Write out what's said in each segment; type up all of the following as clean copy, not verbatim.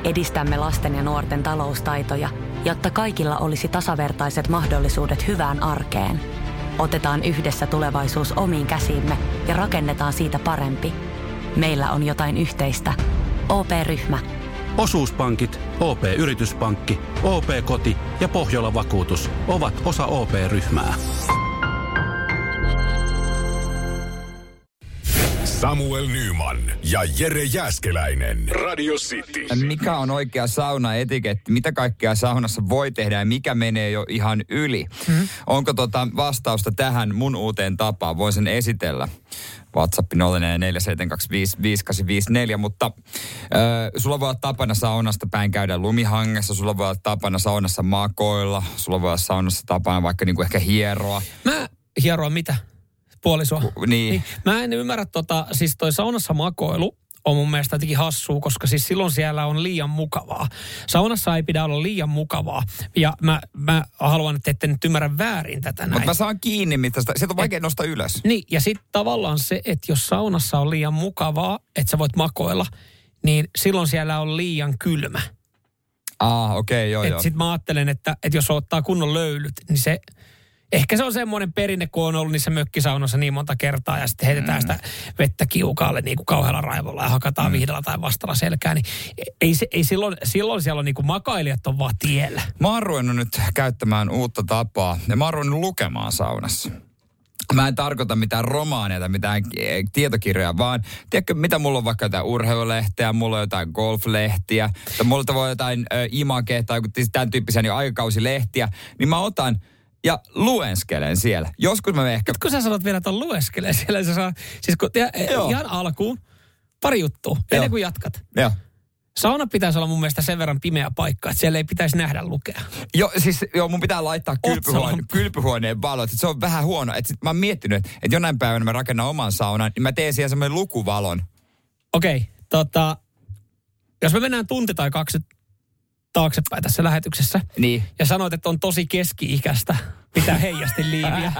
edistämme lasten ja nuorten taloustaitoja, jotta kaikilla olisi tasavertaiset mahdollisuudet hyvään arkeen. Otetaan yhdessä tulevaisuus omiin käsiimme ja rakennetaan siitä parempi. Meillä on jotain yhteistä. OP-ryhmä. Osuuspankit, OP-yrityspankki, OP-koti ja Pohjola-vakuutus ovat osa OP-ryhmää. Samuel Nyman ja Jere Jääskeläinen. Radio City. Mikä on oikea saunaetiketti? Mitä kaikkea saunassa voi tehdä ja mikä menee jo ihan yli? Onko vastausta tähän mun uuteen tapaan? Voin sen esitellä. WhatsApp 0472555854, mutta sulla voi olla tapana saunasta päin käydä lumihangessa, sulla voi olla tapana saunassa makoilla, sulla voi olla saunassa tapana vaikka niinku ehkä hieroa. Mä hieroa mitä? Puolisoa. Niin. Mä en ymmärrä siis toi saunassa makoilu on mun mielestä jotenkin hassua, koska siis silloin siellä on liian mukavaa. Saunassa ei pidä olla liian mukavaa. Ja mä haluan, että ette nyt ymmärrä väärin tätä näin. Mutta mä saan kiinni, sieltä on vaikea nostaa ylös. Niin, ja sitten tavallaan se, että jos saunassa on liian mukavaa, että sä voit makoilla, niin silloin siellä on liian kylmä. Okei, joo. Sitten mä ajattelen, että jos ottaa kunnon löylyt, niin se... Ehkä se on semmoinen perinne, kun on ollut niissä mökkisaunoissa niin monta kertaa ja sitten heitetään sitä vettä kiukaalle niin kuin kauhealla raivolla ja hakataan vihdalla tai vastalla selkään. Niin ei silloin siellä on niin kuin makailijat on vaan tiellä. Mä oon ruvennut nyt käyttämään uutta tapaa ja mä oon ruvennut lukemaan saunassa. Mä en tarkoita mitään romaaneja tai mitään tietokirjoja, vaan tiedätkö, mitä mulla on vaikka jotain urheilulehteä, mulla on jotain golflehtiä, tai mulla voi jotain Image tai tämän tyyppisiä niin aikakausilehtiä, niin mä otan ja luenskelen siellä. Joskus mä ehkä... Nyt kun sä sanot vielä, että on luenskelen siellä, sä saa... Siis kun ihan alkuun, pari juttua, ennen kuin jatkat. Joo. Sauna pitäisi olla mun mielestä sen verran pimeä paikka, että siellä ei pitäisi nähdä lukea. Joo, mun pitää laittaa kylpyhuoneen valot. Se on vähän huono. Mä oon miettinyt, että jonain päivänä mä rakennan oman saunan, niin mä teen siellä semmoinen lukuvalon. Okei, jos me mennään tunti tai 2 taaksepäin tässä lähetyksessä. Niin. Ja sanoit, että on tosi keski-ikäistä, pitää heijastiliiviä.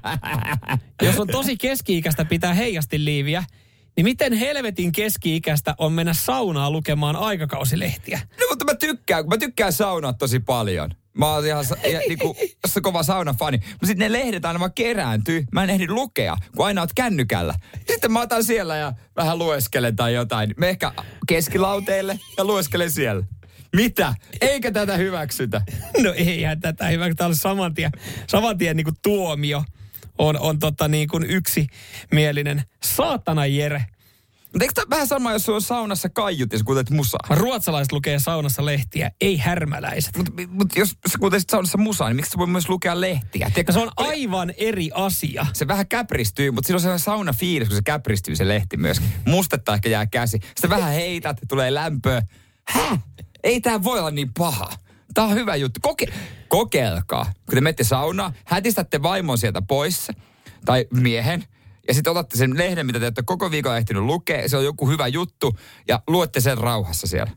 Jos on tosi keski-ikäistä, pitää heijastiliiviä, niin miten helvetin keski-ikäistä on mennä saunaan lukemaan aikakausilehtiä? No mutta mä tykkään saunaa tosi paljon. Mä oon ihan niinku, kova saunafani. Mutta sitten ne lehdet aina vaan kerääntyy. Mä en ehdi lukea, kun aina oot kännykällä. Sitten mä otan siellä ja vähän lueskelen tai jotain. Me ehkä keskilauteille ja lueskelen siellä. Mitä? Eikä tätä hyväksytä? No eihän tätä hyväksytä. Tämä on saman tien niin kuin tuomio on niin kuin yksimielinen. Saatana Jere. Mutta eikö tämä vähän sama, jos sulla on saunassa kaiut ja sä kuuntelet musaa? Ruotsalaiset lukee saunassa lehtiä, ei härmäläiset. Mutta jos sä kuuntelet saunassa musaa, niin miksi sä voi myös lukea lehtiä? Tiedätkö, se on aivan eri asia. Se vähän käpristyy, mutta siinä on sellainen saunafiilis, kun se käpristyy se lehti myöskin. Mustetta ehkä jää käsi. Sitten vähän heität, tulee lämpöä. Ei tää voi olla niin paha. Tää on hyvä juttu. Kokeilkaa. Kun te menette saunaan, hätistätte vaimon sieltä pois, tai miehen, ja sitten otatte sen lehden, mitä te olette koko viikon ehtinyt lukea, se on joku hyvä juttu, ja luette sen rauhassa siellä.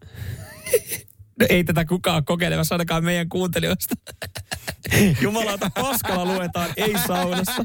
No ei tätä kukaan kokeilemassa, ainakaan meidän kuuntelijoista. Jumalauta, paskalla luetaan, ei saunassa.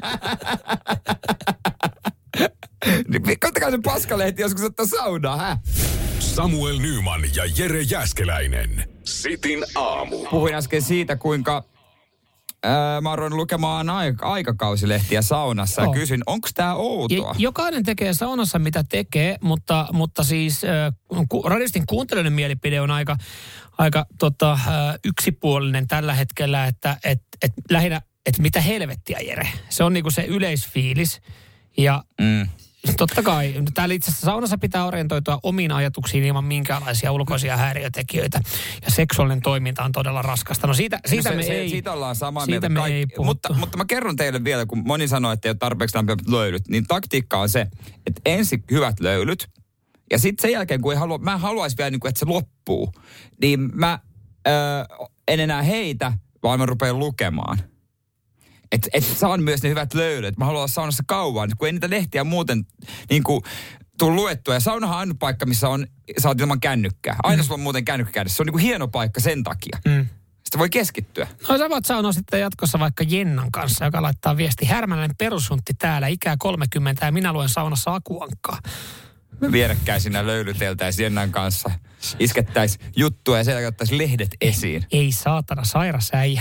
Niin, koittakaa se paskalehti joskus ottaa saunaa, Samuel Nyman ja Jere Jääskeläinen. Sitin aamu. Puhuin äsken siitä, kuinka mä oon ruvennut lukemaan aikakausilehtiä saunassa ja kysyn, onko tää outoa? Jokainen tekee saunassa mitä tekee, mutta siis radistin kuuntelijoiden mielipide on aika yksipuolinen tällä hetkellä, että lähinnä, että mitä helvettiä Jere. Se on niinku se yleisfiilis ja... Totta kai. Täällä itse asiassa saunassa pitää orientoitua omiin ajatuksiin ilman minkäänlaisia ulkoisia häiriötekijöitä. Ja seksuaalinen toiminta on todella raskasta. No siitä ollaan samaa mieltä kaikki. Mutta mä kerron teille vielä, kun moni sanoo, että ei ole tarpeeksi lämpimät löylyt, niin taktiikka on se, että ensin hyvät löylyt. Ja sitten sen jälkeen, kun mä haluaisin vielä, että se loppuu, niin mä en enää heitä, vaan mä rupean lukemaan. Että saan myös ne hyvät löylyt. Mä haluan olla saunassa kauan, kun ei niitä lehtiä muuten niin kuin tule luettua. Ja saunahan on aina paikka, missä sä oot ilman kännykkää. Aina sulla on muuten kännykkä kädessä. Se on niin kuin hieno paikka sen takia. Sitten voi keskittyä. No sä voit saunoa sitten jatkossa vaikka Jennan kanssa, joka laittaa viesti. Härmäläinen perushuntti täällä, ikää 30 ja minä luen saunassa akuankkaa. Me vierekkäin siinä löylyteltäisiin Jennan kanssa. iskettäisiin juttua ja siellä ottaisiin lehdet esiin. Ei saatana, sairas äijä.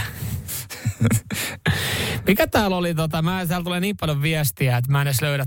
Mikä täällä oli, täällä tulee niin paljon viestiä, että mä en edes löydä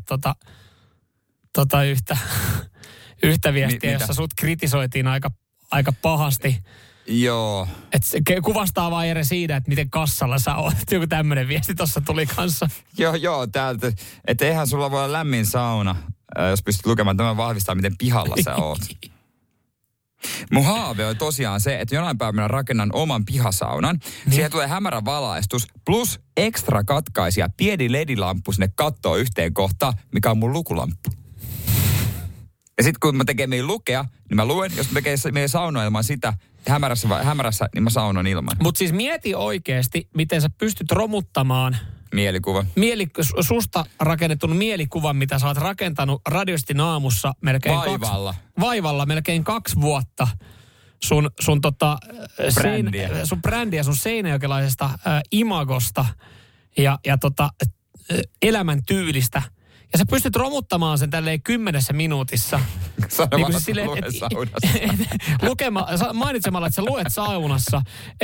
yhtä viestiä, jossa sut kritisoitiin aika pahasti. Joo. Et se kuvastaa vaan Jere siinä, että miten kassalla sä oot. Joku tämmönen viesti tossa tuli kanssa. Joo, täältä. Että eihän sulla voi olla lämmin sauna, jos pystyt lukemaan. Tämä vahvistaa, miten pihalla sä oot. Mun haave on tosiaan se, että jonain päivänä rakennan oman pihasaunan. Niin. Siihen tulee hämärä valaistus plus ekstra katkaisija, pieni ledilamppu sinne kattoon yhteen kohtaan, mikä on mun lukulamppu. Ja sitten kun mä tekee meidän lukea, niin mä luen. Jos mä tekee meidän saunoilman sitä hämärässä, niin mä saunon ilman. Mutta siis mieti oikeasti, miten sä pystyt romuttamaan mielikuva. Susta rakennetun mielikuvan, mitä sä oot rakentanut Radioistin aamussa melkein vaivalla melkein 2 vuotta. Sun brändiä, sun seinäjokelaisesta imagosta ja elämäntyylistä. Ja sä pystyt romuttamaan sen tälleen 10 minuutissa. Niin siis silleen, mainitsemalla, että sä luet saunassa.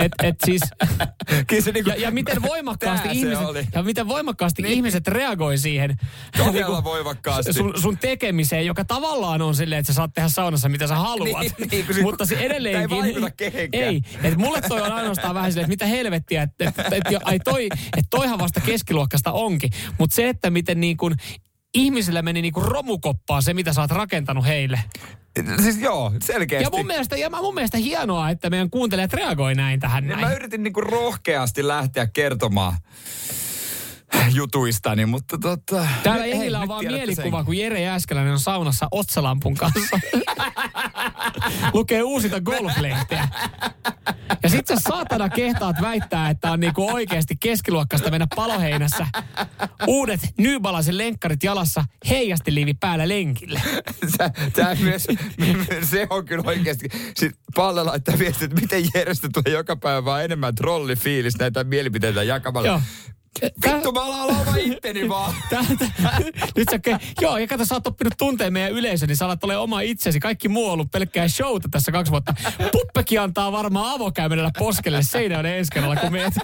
Ja miten voimakkaasti ihmiset reagoi siihen. Todella voimakkaasti. Sun tekemiseen, joka tavallaan on silleen, että sä saat tehdä saunassa mitä sä haluat. Mutta se edelleenkin ei vaikuta kehenkään. Ei. Että mulle toi on ainoastaan vähän silleen, että mitä helvettiä. Että toihan vasta keskiluokkasta onkin. Mutta se, että miten niin kuin ihmisillä meni niinku romukoppaan se, mitä sä oot rakentanut heille. Siis joo, selkeästi. Ja mun mielestä hienoa, että meidän kuuntelijat reagoi näin tähän näin. Mä yritin niinku rohkeasti lähteä kertomaan jutuistani, mutta täällä Jehillä on vaan mielikuva, kun Jere Jääskeläinen on saunassa otsalampun kanssa. Lukee uusinta golflehteä. Ja sit sä saatana kehtaat väittää, että on niinku oikeesti keskiluokkasta mennä Paloheinässä. Uudet New Balancen lenkkarit jalassa, heijastiliivi päällä lenkille. Tää myös, se on kyllä oikeesti. Sitten Palle laittaa viestiä, että miten Jerestä tulee joka päivä vaan enemmän trollifiilis näitä mielipiteitä jakamalla. Joo. Vittu, mä alan laulaa itteni vaan. Nyt ja kato, sä oot oppinut tuntea meidän yleisö, niin sä alat ole oma itsesi. Kaikki muu on ollut pelkkää showta tässä 2 vuotta. Puppekin antaa varmaan avokäymenellä poskelle Seinäjoen ensi kerralla, kun meet.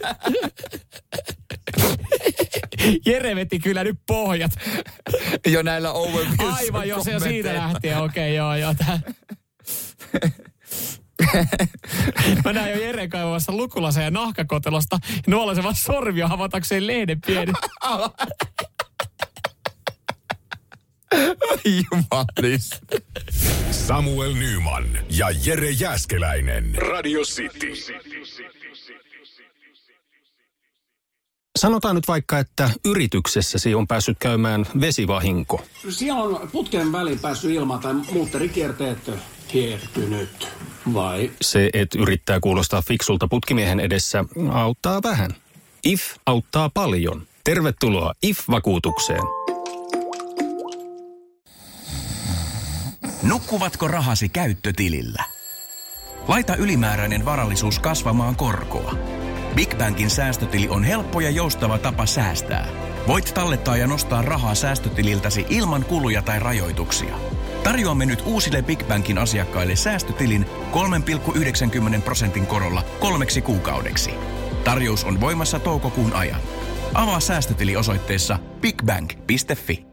Jere veti kyllä nyt pohjat. Jo näillä Owen Wilson aivan, jo se siitä lähtien. Okei, joo. Mä näin jo Jere kaivamassa lukulasen ja nahkakotelosta ja nuolasen vaan sorvia havatakseen lehden pieni. Jumalis. Samuel Nyman ja Jere Jääskeläinen. Radio City. Sanotaan nyt vaikka, että yrityksessäsi on päässyt käymään vesivahinko. Siellä on putken väliin päässyt ilma tai muutterikierteet hiertynyt, vai? Se, että yrittää kuulostaa fiksulta putkimiehen edessä, auttaa vähän. IF auttaa paljon. Tervetuloa IF-vakuutukseen. Nukkuvatko rahasi käyttötilillä? Laita ylimääräinen varallisuus kasvamaan korkoa. Big Bankin säästötili on helppo ja joustava tapa säästää. Voit tallettaa ja nostaa rahaa säästötililtäsi ilman kuluja tai rajoituksia. Tarjoamme nyt uusille Big Bankin asiakkaille säästötilin 3,90% korolla 3 kuukaudeksi. Tarjous on voimassa toukokuun ajan. Avaa säästötili osoitteessa bigbank.fi.